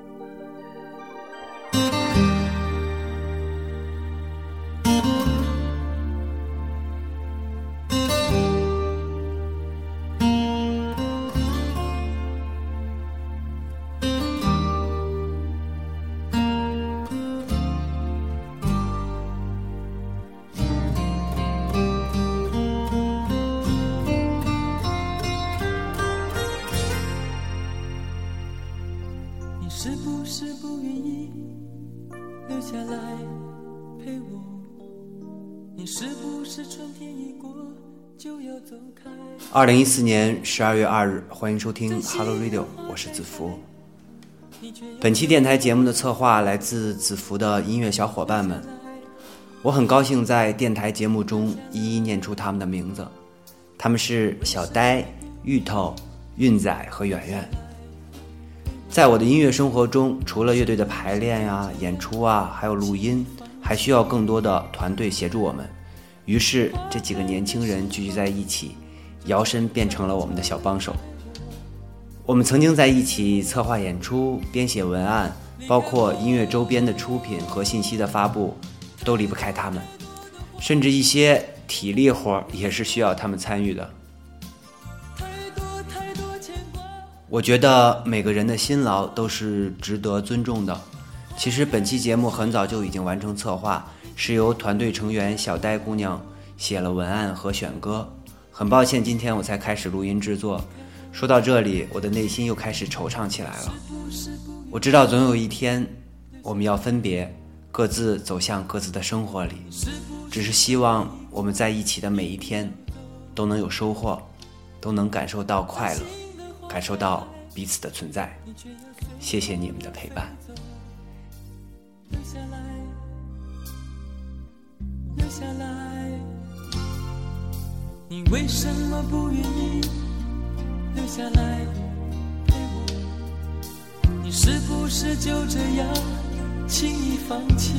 是不是不愿意留下来陪我？你是不是春天一过就要走开 ？2014年12月2日，欢迎收听 Hello Radio， 我是子福。本期电台节目的策划来自子福的音乐小伙伴们，我很高兴在电台节目中一一念出他们的名字，他们是小呆、芋头、韵仔和圆圆。在我的音乐生活中，除了乐队的排练啊、演出啊，还有录音，还需要更多的团队协助我们。于是这几个年轻人聚集在一起，摇身变成了我们的小帮手。我们曾经在一起策划演出、编写文案，包括音乐周边的出品和信息的发布，都离不开他们。甚至一些体力活也是需要他们参与的。我觉得每个人的辛劳都是值得尊重的。其实本期节目很早就已经完成策划，是由团队成员小呆姑娘写了文案和选歌。很抱歉今天我才开始录音制作，说到这里我的内心又开始惆怅起来了。我知道总有一天我们要分别，各自走向各自的生活里，只是希望我们在一起的每一天都能有收获，都能感受到快乐，感受到彼此的存在。谢谢你们的陪伴。 留下来，留下来，你为什么不愿意留下来陪我？你是不是就这样轻易放弃？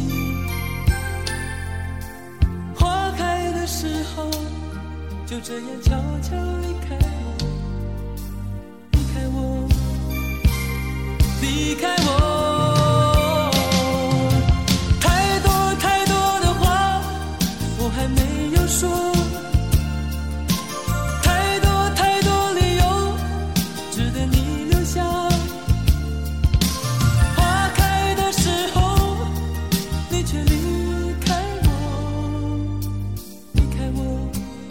花开的时候就这样悄悄离开我，离开我，太多太多的话我还没有说，太多太多理由值得你留下。花开的时候你却离开我，离开我，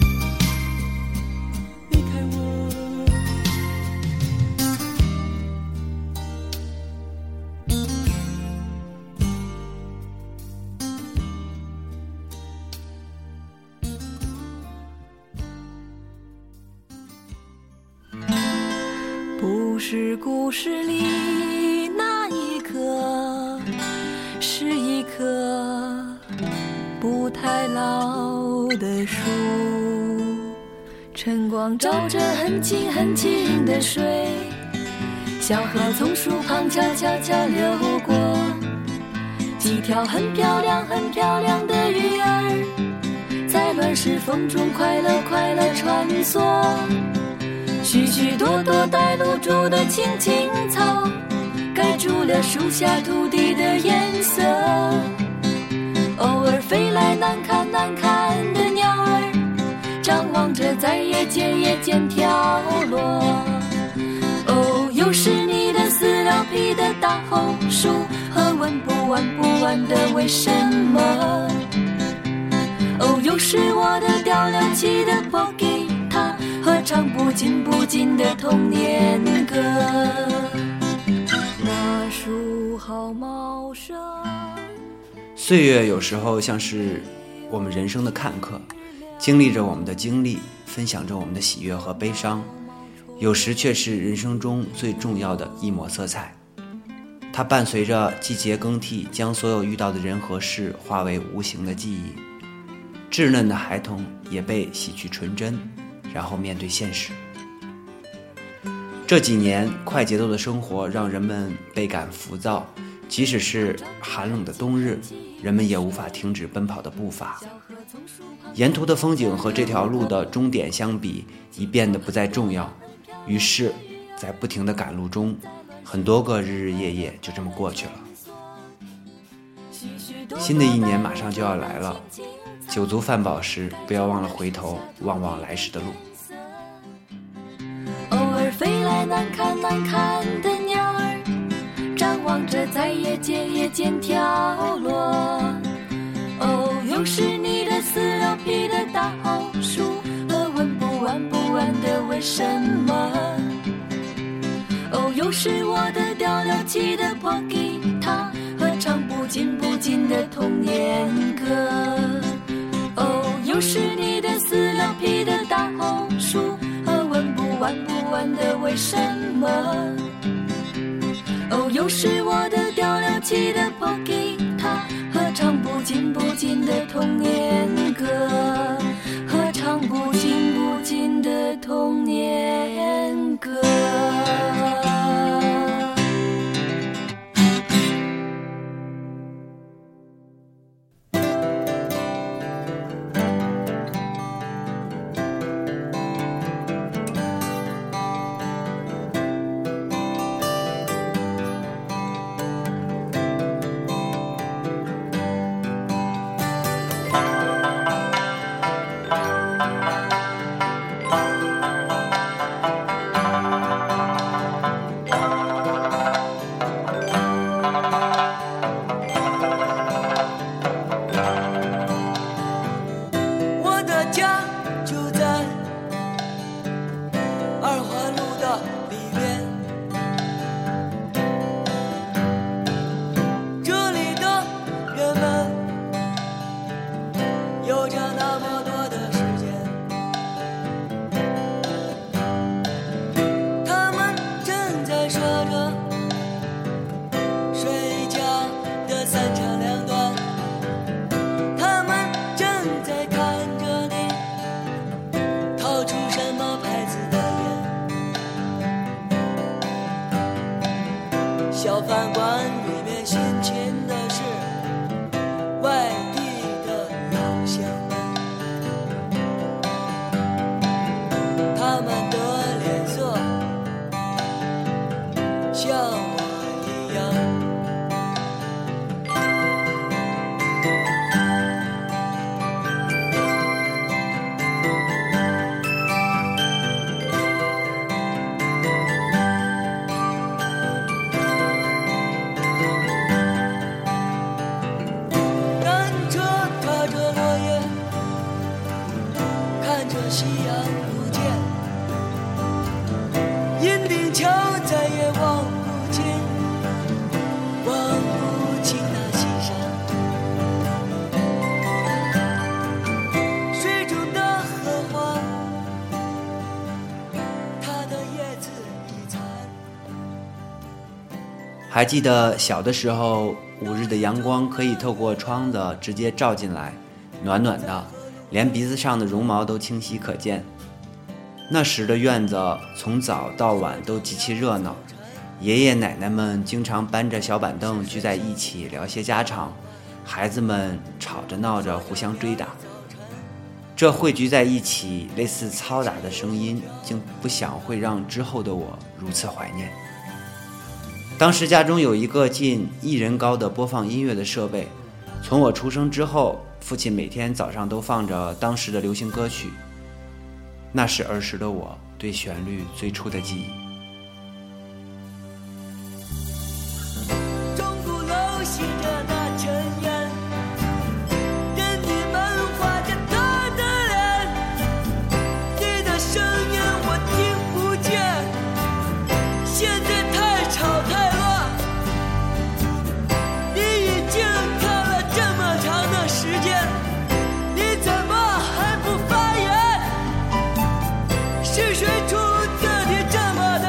离开我。 不是故事里那一棵，是一棵不太老的树，晨光照着很清很清的水，小河从树旁悄悄悄流过，几条很漂亮很漂亮的鱼儿在乱石缝中快乐快乐穿梭，许许多多带露珠的青青草盖住了树下土地的颜色，偶尔飞来难看难看的鸟儿张望着在夜间跳落，哦，又是你的饲料皮的大红薯和问不完的为什么，哦，又是我的掉了漆的破吉他和唱不尽的童年歌。那树好茂盛。 岁月有时候像是我们人生的看客，经历着我们的经历，分享着我们的喜悦和悲伤，有时却是人生中最重要的一抹色彩。它伴随着季节更替，将所有遇到的人和事化为无形的记忆。稚嫩的孩童也被洗去纯真，然后面对现实。这几年快节奏的生活让人们倍感浮躁，即使是寒冷的冬日，人们也无法停止奔跑的步伐。沿途的风景和这条路的终点相比，已变得不再重要。于是在不停的赶路中， 很多个日日夜夜就这么过去了。新的一年马上就要来了，酒足饭饱时，不要忘了回头望望来时的路。 偶尔飞来难看难看的鸟儿，张望着在夜间跳落。哦，又是你的撕了皮的大树，和问不完的为什么。哦，又是我的掉了漆的破吉他，和唱不尽的童年歌。哦，又是你的撕了皮的大树，和问不完的为什么。哦，又是我的掉了漆的破吉他，和唱不尽的童年歌，和唱不尽的童年歌。 小饭馆里面辛勤的是外地的老乡们，他们的脸色像我一样。夕阳不见，银锭桥再也望不尽，望不尽那西山。水中的荷花，它的叶子已残。 还记得小的时候，5日的阳光可以透过窗子直接照进来，暖暖的，连鼻子上的绒毛都清晰可见。那时的院子从早到晚都极其热闹，爷爷奶奶们经常搬着小板凳聚在一起聊些家常，孩子们吵着闹着互相追打。这汇聚在一起类似嘈杂的声音，竟不想会让之后的我如此怀念。当时家中有一个近1人高的播放音乐的设备，从我出生之后，父亲每天早上都放着当时的流行歌曲，那是儿时的我对旋律最初的记忆。 钟鼓楼吸着那尘烟，人女们画着她的脸，你的声音我听不见，现在太吵太乱，你已经看了这么长的时间，你怎么还不发言？是谁出自你这么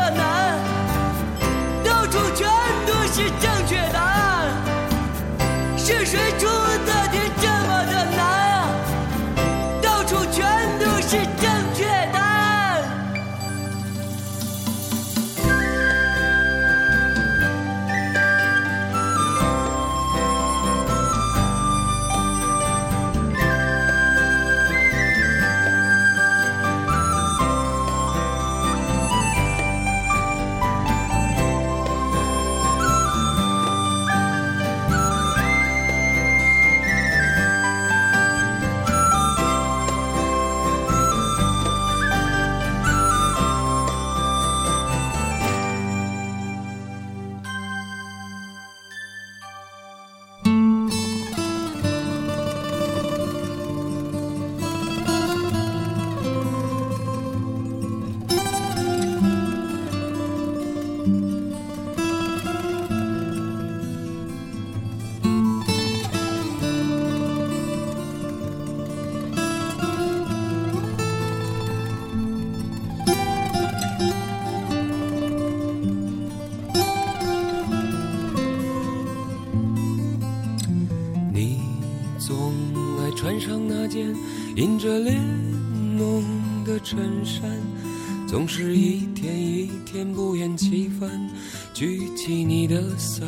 穿上那件印着莲浓的衬衫，总是一天一天不厌其烦举起你的伞。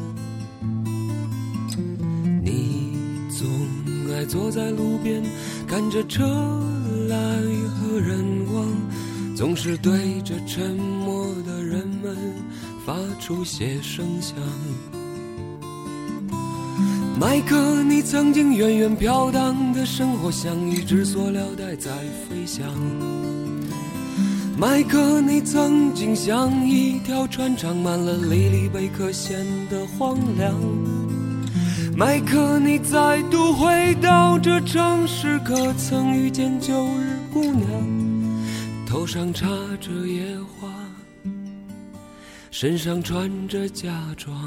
你总爱坐在路边看着车来和人往，总是对着沉默的人们发出些声响。麦克，你曾经远远飘荡的生活像一只塑料袋在飞翔。麦克，你曾经像一条船长满了离离贝壳显得荒凉。麦克，你再度回到这城市，可曾遇见旧日姑娘？头上插着野花，身上穿着嫁妆。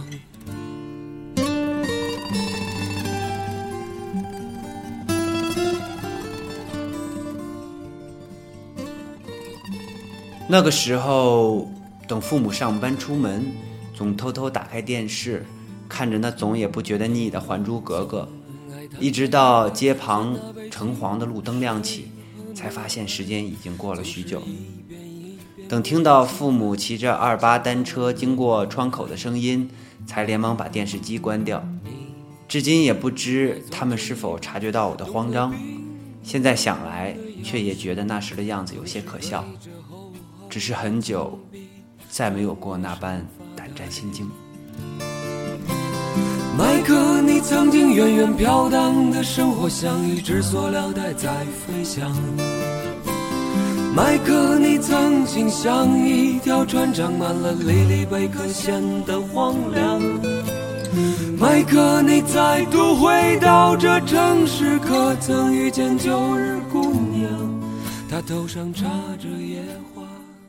那个时候，等父母上班出门，总偷偷打开电视，看着那总也不觉得腻的《还珠格格》，一直到街旁橙黄的路灯亮起，才发现时间已经过了许久。等听到父母骑着28单车经过窗口的声音，才连忙把电视机关掉。至今也不知他们是否察觉到我的慌张，现在想来，却也觉得那时的样子有些可笑。只是很久再没有过那般胆战心惊。 麦克，你曾经远远飘荡的生活像一只塑料袋在飞翔。麦克，你曾经像一条船长满了离离贝壳显得荒凉。麦克，你再度回到这城市，可曾遇见旧日姑娘？她头上插着野花。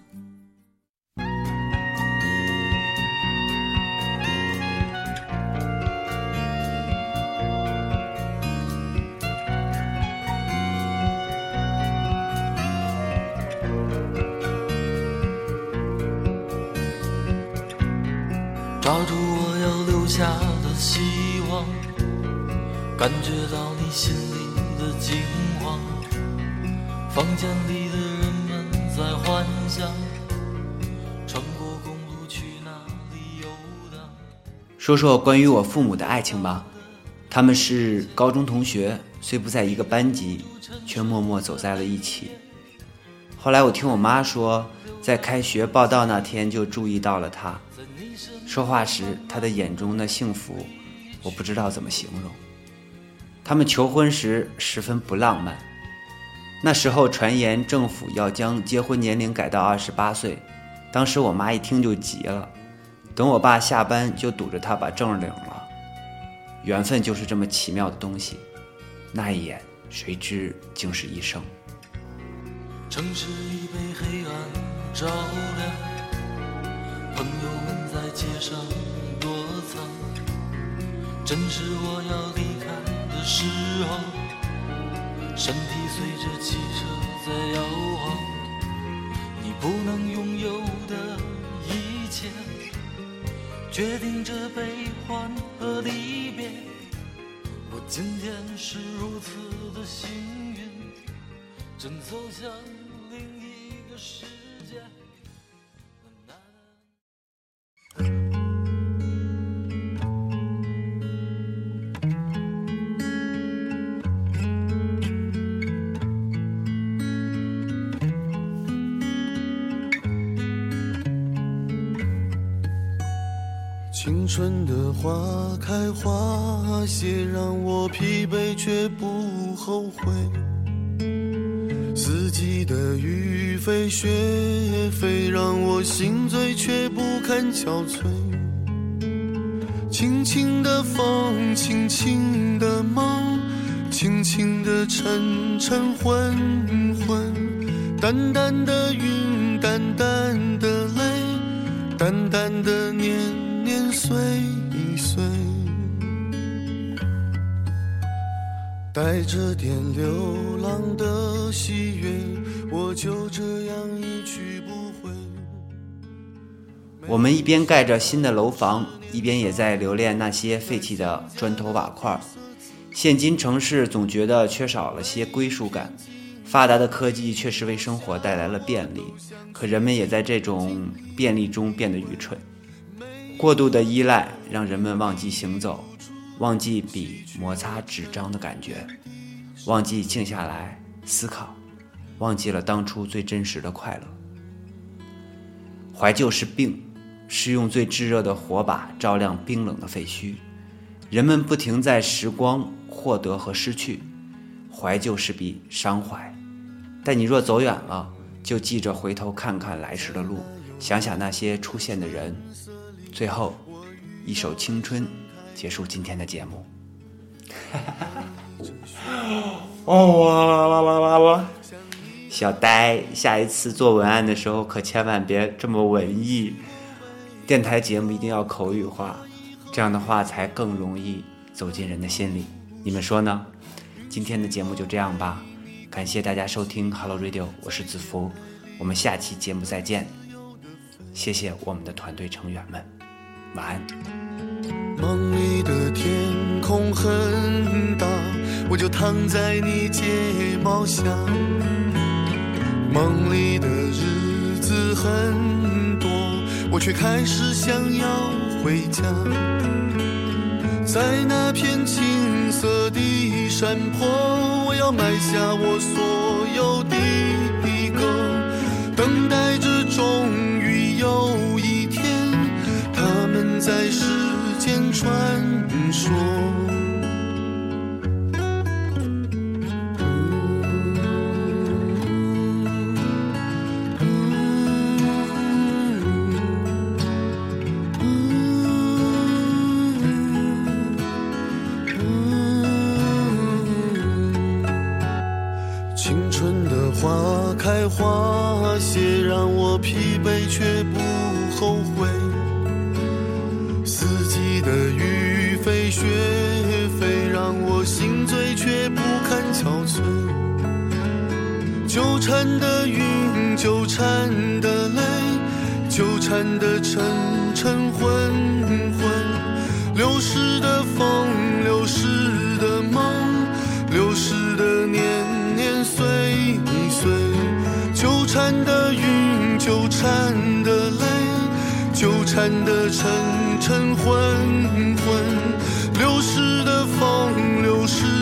抓住我要留下的希望，感觉到你心里的惊慌。房间里的人们在幻想，穿过公路去哪里游荡。 说说关于我父母的爱情吧，他们是高中同学，虽不在一个班级，却默默走在了一起。后来我听我妈说，在开学报到那天就注意到了他，说话时他的眼中的幸福，我不知道怎么形容。他们求婚时十分不浪漫，那时候传言政府要将结婚年龄改到28岁，当时我妈一听就急了，等我爸下班就堵着他把证领了。缘分就是这么奇妙的东西，那一眼谁知竟是一生。 城市已被黑暗照亮，朋友们在街上躲藏，正是我要离开的时候，身体随着汽车在摇晃。你不能拥有的一切，决定着悲欢和离别。我今天是如此的幸运，正走向另一个世界。青春的花开花谢，让我疲惫却不后悔。四季的雨飞雪飞，让我心醉却不堪憔悴。轻轻的风，轻轻的梦，轻轻的沉沉昏昏，淡淡的云，淡淡的泪，淡淡的年年岁岁，带着点流浪的喜悦，我就这样一去不回。 我们一边盖着新的楼房，一边也在留恋那些废弃的砖头瓦块， 现今城市总觉得缺少了些归属感，发达的科技确实为生活带来了便利，可人们也在这种便利中变得愚蠢。过度的依赖让人们忘记行走，忘记笔摩擦纸张的感觉，忘记静下来思考，忘记了当初最真实的快乐。怀旧是病，是用最炙热的火把照亮冰冷的废墟。人们不停在时光获得和失去，怀旧是比伤怀。但你若走远了，就记着回头看看来时的路，想想那些出现的人。最后一首青春结束今天的节目。小呆，下一次做文案的时候可千万别这么文艺，电台节目一定要口语化，这样的话才更容易走进人的心里，你们说呢？今天的节目就这样吧，感谢大家收听 Hello Radio， 我是子福，我们下期节目再见。谢谢我们的团队成员们，晚安。 梦里的天空很大，我就躺在你睫毛下，梦里的日子很多，我却开始想要回家。在那片青色的山坡，我要埋下我所有的一个，等待着终于有一天，他们在世间传说。青春的花开花谢，让我疲惫却不后悔。四季的雨飞雪飞，让我心醉却不堪憔悴。纠缠的云，纠缠的泪，纠缠的沉沉昏昏，流逝的风，流逝的梦，流逝的年年岁岁，纠缠的云，纠缠的泪，纠缠的沉沉昏昏，流逝的风，流逝